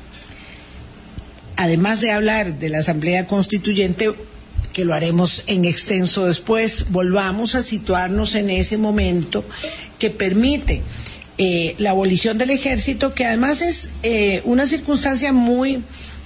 [SPEAKER 2] Además de hablar de la Asamblea Constituyente, que lo haremos en extenso después, volvamos a situarnos en ese momento que permite la abolición del ejército, que además es una circunstancia muy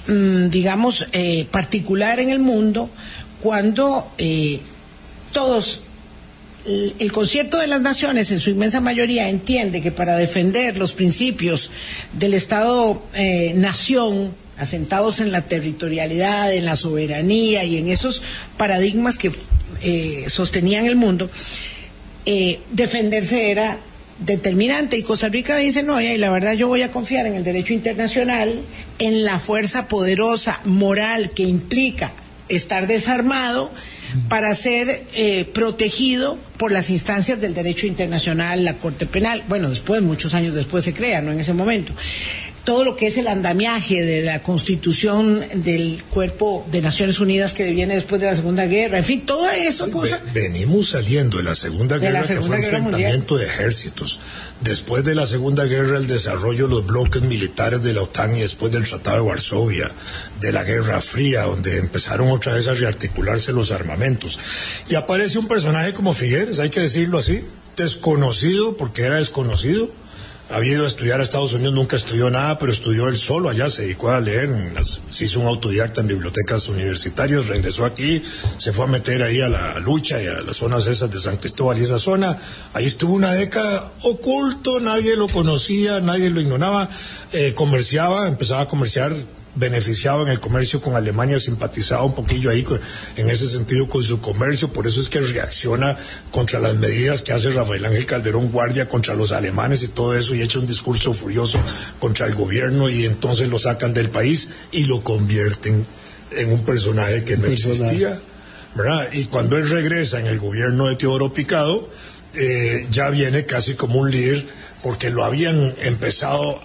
[SPEAKER 2] digamos, particular en el mundo cuando todos, el Concierto de las Naciones en su inmensa mayoría entiende que para defender los principios del Estado-nación, asentados en la territorialidad, en la soberanía y en esos paradigmas que sostenían el mundo, defenderse era determinante. Y Costa Rica dice, no, y la verdad yo voy a confiar en el derecho internacional, en la fuerza poderosa moral que implica estar desarmado para ser protegido por las instancias del derecho internacional, la Corte Penal. Bueno, después, muchos años después se crea, no en ese momento. Todo lo que es el andamiaje de la constitución del Cuerpo de Naciones Unidas que viene después de la Segunda Guerra, en fin, todo eso cosa.
[SPEAKER 4] Venimos saliendo de la Segunda Guerra, que fue un enfrentamiento mundial de ejércitos. Después de la Segunda Guerra, el desarrollo de los bloques militares de la OTAN y después del Tratado de Varsovia, de la Guerra Fría, donde empezaron otra vez a rearticularse los armamentos. Y aparece un personaje como Figueres, hay que decirlo así, desconocido porque era desconocido. Había ido a estudiar a Estados Unidos, nunca estudió nada, pero estudió él solo allá, se dedicó a leer, se hizo un autodidacta en bibliotecas universitarias, regresó aquí, se fue a meter ahí a la lucha y a las zonas esas de San Cristóbal y esa zona. Ahí estuvo una década oculto, nadie lo conocía, nadie lo ignoraba, empezaba a comerciar, beneficiado en el comercio con Alemania, simpatizaba un poquillo ahí en ese sentido con su comercio, por eso es que reacciona contra las medidas que hace Rafael Ángel Calderón Guardia contra los alemanes y todo eso, y echa un discurso furioso contra el gobierno, y entonces lo sacan del país y lo convierten en un personaje que no existía, ¿verdad? Y cuando él regresa en el gobierno de Teodoro Picado, ya viene casi como un líder, porque lo habían empezado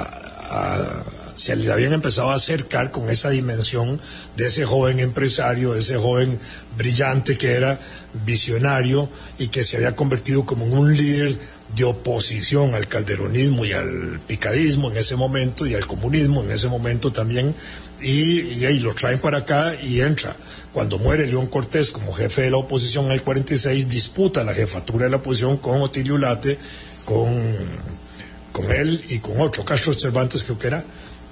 [SPEAKER 4] se le habían empezado a acercar con esa dimensión de ese joven empresario, de ese joven brillante que era visionario y que se había convertido como en un líder de oposición al calderonismo y al picadismo en ese momento y al comunismo en ese momento también, y lo traen para acá y entra. Cuando muere León Cortés como jefe de la oposición en el 46, disputa la jefatura de la oposición con Otilio Ulate, con él y con otro, Castro Cervantes creo que era,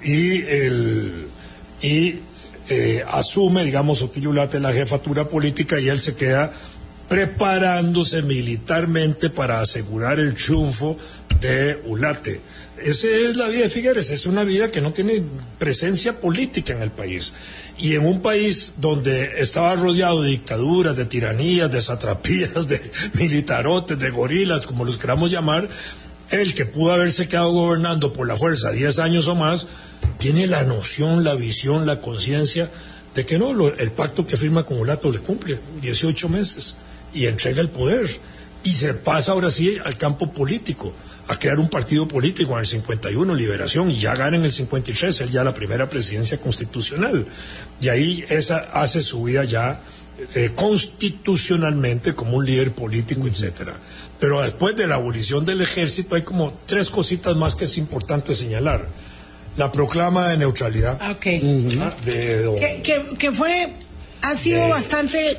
[SPEAKER 4] asume, digamos, Otilio Ulate la jefatura política, y él se queda preparándose militarmente para asegurar el triunfo de Ulate. Esa es la vida de Figueres, es una vida que no tiene presencia política en el país. Y en un país donde estaba rodeado de dictaduras, de tiranías, de satrapías, de militarotes, de gorilas, como los queramos llamar, él, que pudo haberse quedado gobernando por la fuerza 10 años o más, tiene la noción, la visión, la conciencia de que no, el pacto que firma con Ulato le cumple 18 meses y entrega el poder, y se pasa ahora sí al campo político, a crear un partido político en el 51, Liberación, y ya gana en el 53, él ya la primera presidencia constitucional, y ahí hace su vida ya constitucionalmente como un líder político, etcétera. Pero después de la abolición del ejército hay como 3 cositas más que es importante señalar. La proclama de neutralidad.
[SPEAKER 2] Okay. Que ha sido bastante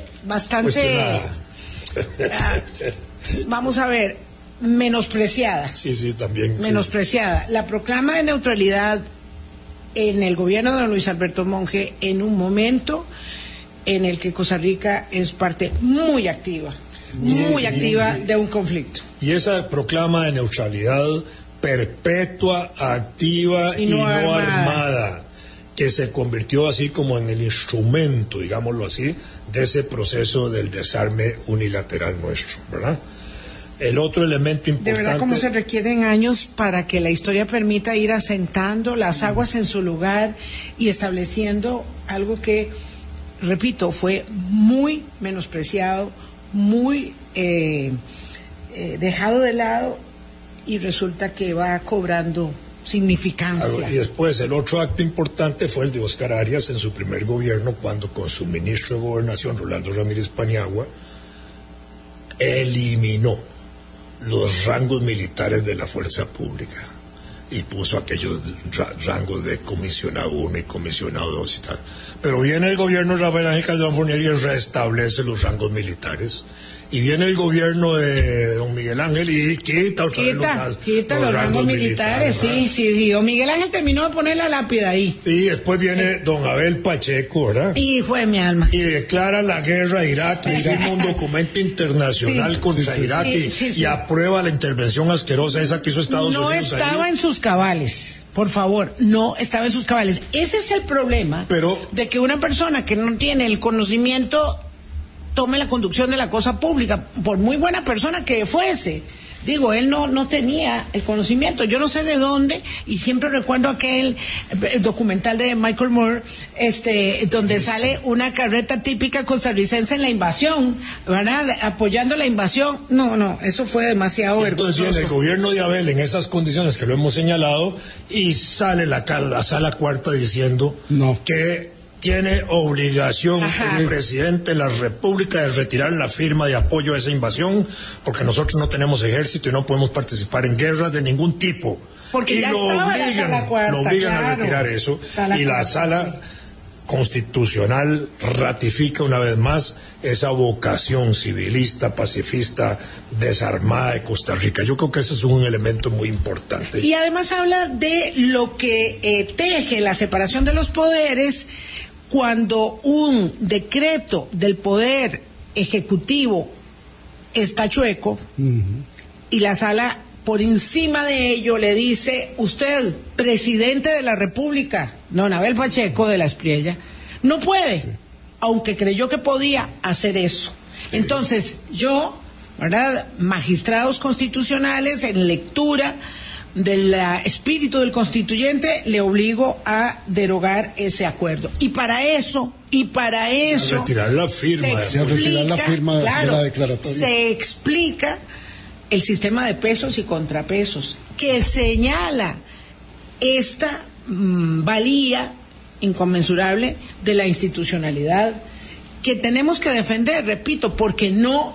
[SPEAKER 2] vamos a ver, menospreciada.
[SPEAKER 4] Sí, también.
[SPEAKER 2] Menospreciada. Sí. La proclama de neutralidad en el gobierno de don Luis Alberto Monge, en un momento en el que Costa Rica es parte muy activa de un conflicto. Y
[SPEAKER 4] esa proclama de neutralidad perpetua, activa y no armada, que se convirtió así como en el instrumento, digámoslo así, de ese proceso del desarme unilateral nuestro, ¿verdad? El otro elemento importante...
[SPEAKER 2] De verdad, cómo se requieren años para que la historia permita ir asentando las aguas en su lugar y estableciendo algo que, repito, fue muy menospreciado, muy dejado de lado, y resulta que va cobrando significancia.
[SPEAKER 4] Y después el otro acto importante fue el de Óscar Arias en su primer gobierno, cuando con su ministro de Gobernación, Rolando Ramírez Paniagua, eliminó los rangos militares de la fuerza pública y puso aquellos rangos de comisionado 1 y comisionado 2 y tal. Pero viene el gobierno de Rafael Ángel Calderón Fournier y restablece los rangos militares y viene el gobierno de don Miguel Ángel y quita otra vez
[SPEAKER 2] los rangos militares, sí. Don Miguel Ángel terminó de poner la lápida ahí.
[SPEAKER 4] Y después viene don Abel Pacheco, ¿verdad?
[SPEAKER 2] Hijo de mi alma.
[SPEAKER 4] Y declara la guerra a Irak, y firma un documento internacional contra Irak y aprueba la intervención asquerosa esa que hizo Estados Unidos.
[SPEAKER 2] No estaba en sus cabales. Por favor, no estaba en sus cabales. Ese es el problema de que una persona que no tiene el conocimiento tome la conducción de la cosa pública, por muy buena persona que fuese. Digo, él no tenía el conocimiento, yo no sé de dónde, y siempre recuerdo el documental de Michael Moore, donde sale una carreta típica costarricense en la invasión, ¿verdad? Apoyando la invasión. No, eso fue demasiado vergonzoso.
[SPEAKER 4] Entonces viene el gobierno de Abel en esas condiciones que lo hemos señalado, y sale la sala cuarta diciendo que tiene obligación el presidente de la República de retirar la firma de apoyo a esa invasión, porque nosotros no tenemos ejército y no podemos participar en guerras de ningún tipo.
[SPEAKER 2] Porque ya lo
[SPEAKER 4] obligan a retirar eso, y la sala constitucional ratifica una vez más esa vocación civilista, pacifista, desarmada de Costa Rica. Yo creo que ese es un elemento muy importante.
[SPEAKER 2] Y además habla de lo que teje la separación de los poderes cuando un decreto del poder ejecutivo está chueco, y la sala por encima de ello le dice: usted, presidente de la República, don Abel Pacheco de la Espriella, no puede, aunque creyó que podía hacer eso. Entonces yo, ¿verdad?, magistrados constitucionales, en lectura del espíritu del constituyente, le obligo a derogar ese acuerdo. Y para eso
[SPEAKER 4] retirar la firma
[SPEAKER 3] de la declaratoria.
[SPEAKER 2] Se explica el sistema de pesos y contrapesos, que señala esta valía inconmensurable de la institucionalidad que tenemos que defender, repito, porque no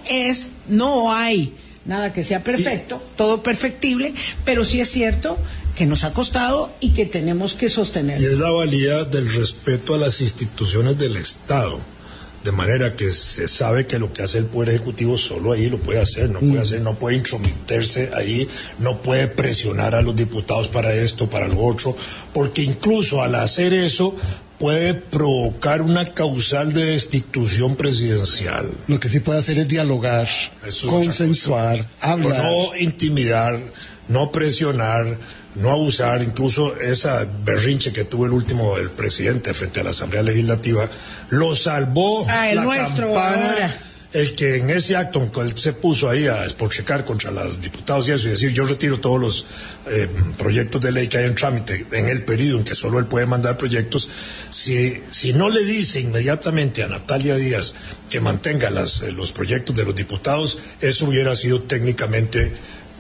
[SPEAKER 2] hay nada que sea perfecto, todo perfectible, pero sí es cierto que nos ha costado y que tenemos que sostener.
[SPEAKER 4] Y es la valía del respeto a las instituciones del Estado, de manera que se sabe que lo que hace el Poder Ejecutivo solo ahí lo puede hacer, no puede intrometerse ahí, no puede presionar a los diputados para esto, para lo otro, porque incluso al hacer eso puede provocar una causal de destitución presidencial.
[SPEAKER 3] Lo que sí puede hacer es dialogar, consensuar, hablar.
[SPEAKER 4] No intimidar, no presionar, no abusar. Incluso esa berrinche que tuvo el presidente frente a la Asamblea Legislativa lo salvó la campana. Ahora. El que en ese acto en que él se puso ahí a espochecar contra los diputados y eso, y decir: yo retiro todos los proyectos de ley que hay en trámite en el periodo en que solo él puede mandar proyectos, si no le dice inmediatamente a Natalia Díaz que mantenga los proyectos de los diputados, eso hubiera sido técnicamente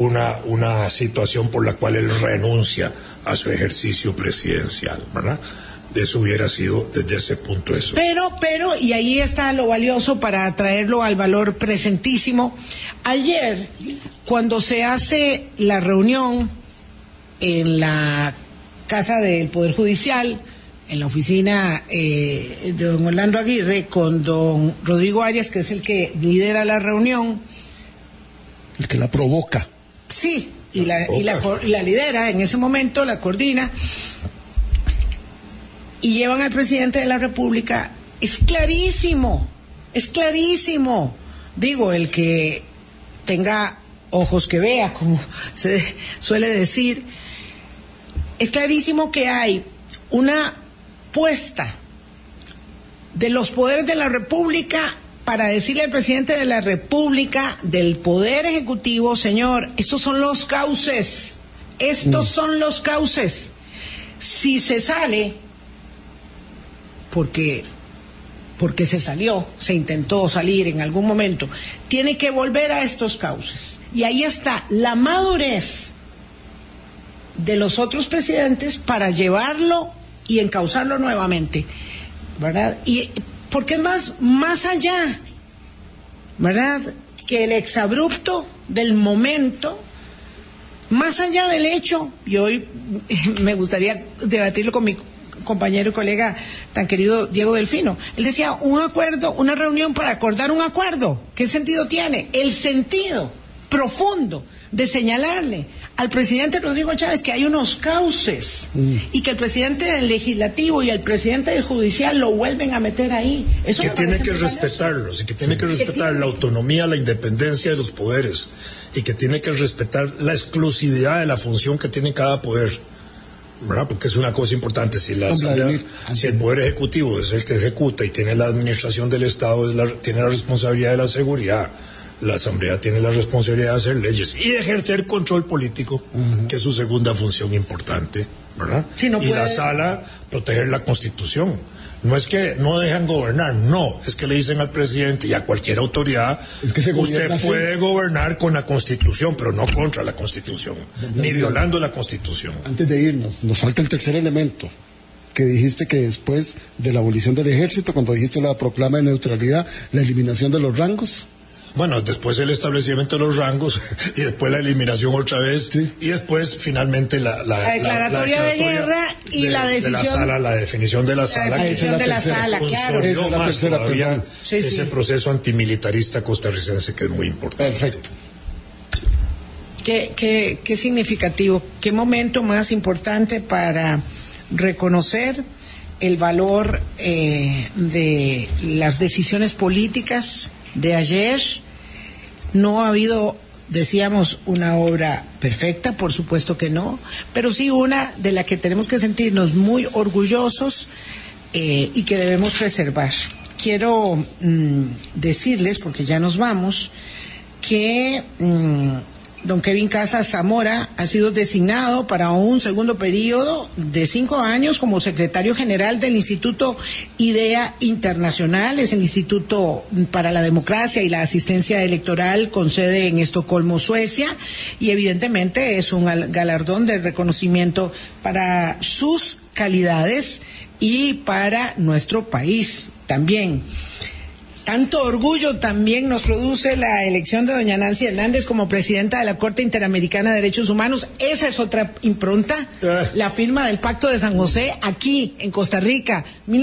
[SPEAKER 4] una situación por la cual él renuncia a su ejercicio presidencial, ¿verdad? Eso hubiera sido desde ese punto eso.
[SPEAKER 2] Pero, y ahí está lo valioso para traerlo al valor presentísimo. Ayer, cuando se hace la reunión en la Casa del Poder Judicial, en la oficina de don Orlando Aguirre, con don Rodrigo Arias, que es el que lidera la reunión.
[SPEAKER 3] El que la provoca.
[SPEAKER 2] Sí, y la lidera en ese momento, la coordina. Y llevan al presidente de la República. Es clarísimo. Digo, el que tenga ojos que vea, como se suele decir, es clarísimo que hay una puesta de los poderes de la República para decirle al presidente de la República, del Poder Ejecutivo: señor, estos son los cauces. Si se sale, porque se intentó salir en algún momento, tiene que volver a estos cauces. Y ahí está la madurez de los otros presidentes para llevarlo y encauzarlo nuevamente, ¿verdad? Y porque es más allá, ¿verdad?, que el exabrupto del momento, más allá del hecho. Y hoy me gustaría debatirlo con mi compañero y colega tan querido Diego Delfino. Él decía, un acuerdo, una reunión para acordar un acuerdo. ¿Qué sentido tiene? El sentido profundo de señalarle al presidente Rodrigo Chávez que hay unos cauces y que el presidente del legislativo y el presidente del judicial lo vuelven a meter ahí. Eso
[SPEAKER 4] que tiene que respetarlos y que tiene que respetar la autonomía, la independencia de los poderes y que tiene que respetar la exclusividad de la función que tiene cada poder, ¿verdad? Porque es una cosa importante. Si el poder ejecutivo es el que ejecuta y tiene la administración del Estado, tiene la responsabilidad de la seguridad. La Asamblea tiene la responsabilidad de hacer leyes y de ejercer control político, que es su segunda función importante, ¿verdad?
[SPEAKER 2] Sí, no
[SPEAKER 4] y
[SPEAKER 2] puede...
[SPEAKER 4] la Sala, proteger la Constitución. No es que no dejan gobernar, no, es que le dicen al presidente y a cualquier autoridad, usted puede gobernar con la Constitución, pero no contra la Constitución, ni violando la Constitución.
[SPEAKER 3] Antes de irnos, nos falta el tercer elemento, que dijiste que después de la abolición del ejército, cuando dijiste la proclama de neutralidad, la eliminación de los rangos.
[SPEAKER 4] Bueno, después el establecimiento de los rangos y después la eliminación otra vez y después finalmente la
[SPEAKER 2] declaratoria de guerra y la decisión
[SPEAKER 4] de la sala, la definición de la sala.
[SPEAKER 2] La definición de la sala, claro.
[SPEAKER 4] Esa es la tercera, todavía
[SPEAKER 2] sí,
[SPEAKER 4] ese proceso antimilitarista costarricense que es muy importante.
[SPEAKER 3] Perfecto.
[SPEAKER 2] Qué significativo, qué momento más importante para reconocer el valor de las decisiones políticas de ayer. No ha habido, decíamos, una obra perfecta, por supuesto que no, pero sí una de la que tenemos que sentirnos muy orgullosos y que debemos preservar. Quiero decirles, porque ya nos vamos, que don Kevin Casas Zamora ha sido designado para un segundo periodo de 5 años como secretario general del Instituto IDEA Internacional. Es el Instituto para la Democracia y la Asistencia Electoral con sede en Estocolmo, Suecia, y evidentemente es un galardón de reconocimiento para sus calidades y para nuestro país también. Tanto orgullo también nos produce la elección de doña Nancy Hernández como presidenta de la Corte Interamericana de Derechos Humanos. Esa es otra impronta, la firma del Pacto de San José aquí en Costa Rica,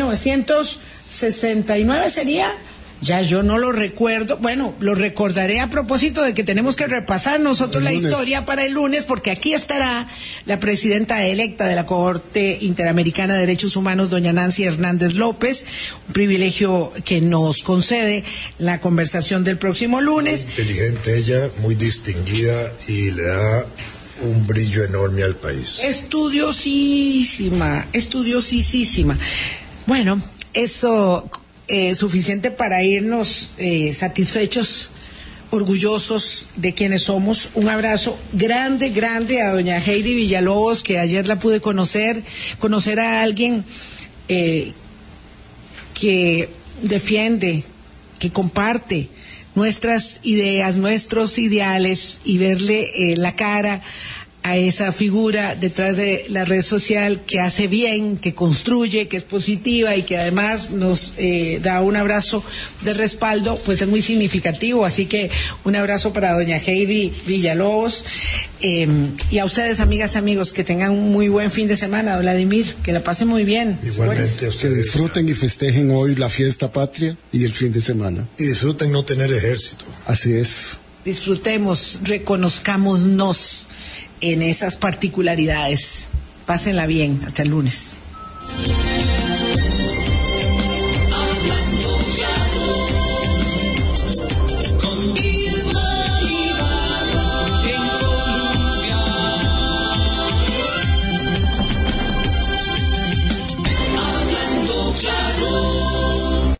[SPEAKER 2] 1969 sería. Ya yo no lo recuerdo, bueno, lo recordaré a propósito de que tenemos que repasar nosotros la historia para el lunes, porque aquí estará la presidenta electa de la Corte Interamericana de Derechos Humanos, doña Nancy Hernández López, un privilegio que nos concede la conversación del próximo lunes.
[SPEAKER 4] Muy inteligente ella, muy distinguida y le da un brillo enorme al país.
[SPEAKER 2] Estudiosísima. Bueno, eso... suficiente para irnos satisfechos, orgullosos de quienes somos. Un abrazo grande a doña Heidi Villalobos, que ayer la pude conocer a alguien que defiende, que comparte nuestras ideas, nuestros ideales, y verle la cara a esa figura detrás de la red social que hace bien, que construye, que es positiva y que además nos da un abrazo de respaldo, pues es muy significativo. Así que un abrazo para doña Heidi Villalobos, y a ustedes, amigas, amigos, que tengan un muy buen fin de semana. Vladimir, que la pasen muy bien.
[SPEAKER 4] Igualmente,
[SPEAKER 3] que disfruten y festejen hoy la fiesta patria y el fin de semana.
[SPEAKER 4] Y disfruten no tener ejército.
[SPEAKER 3] Así es.
[SPEAKER 2] Disfrutemos, reconozcámonos en esas particularidades. Pásenla bien. Hasta el lunes.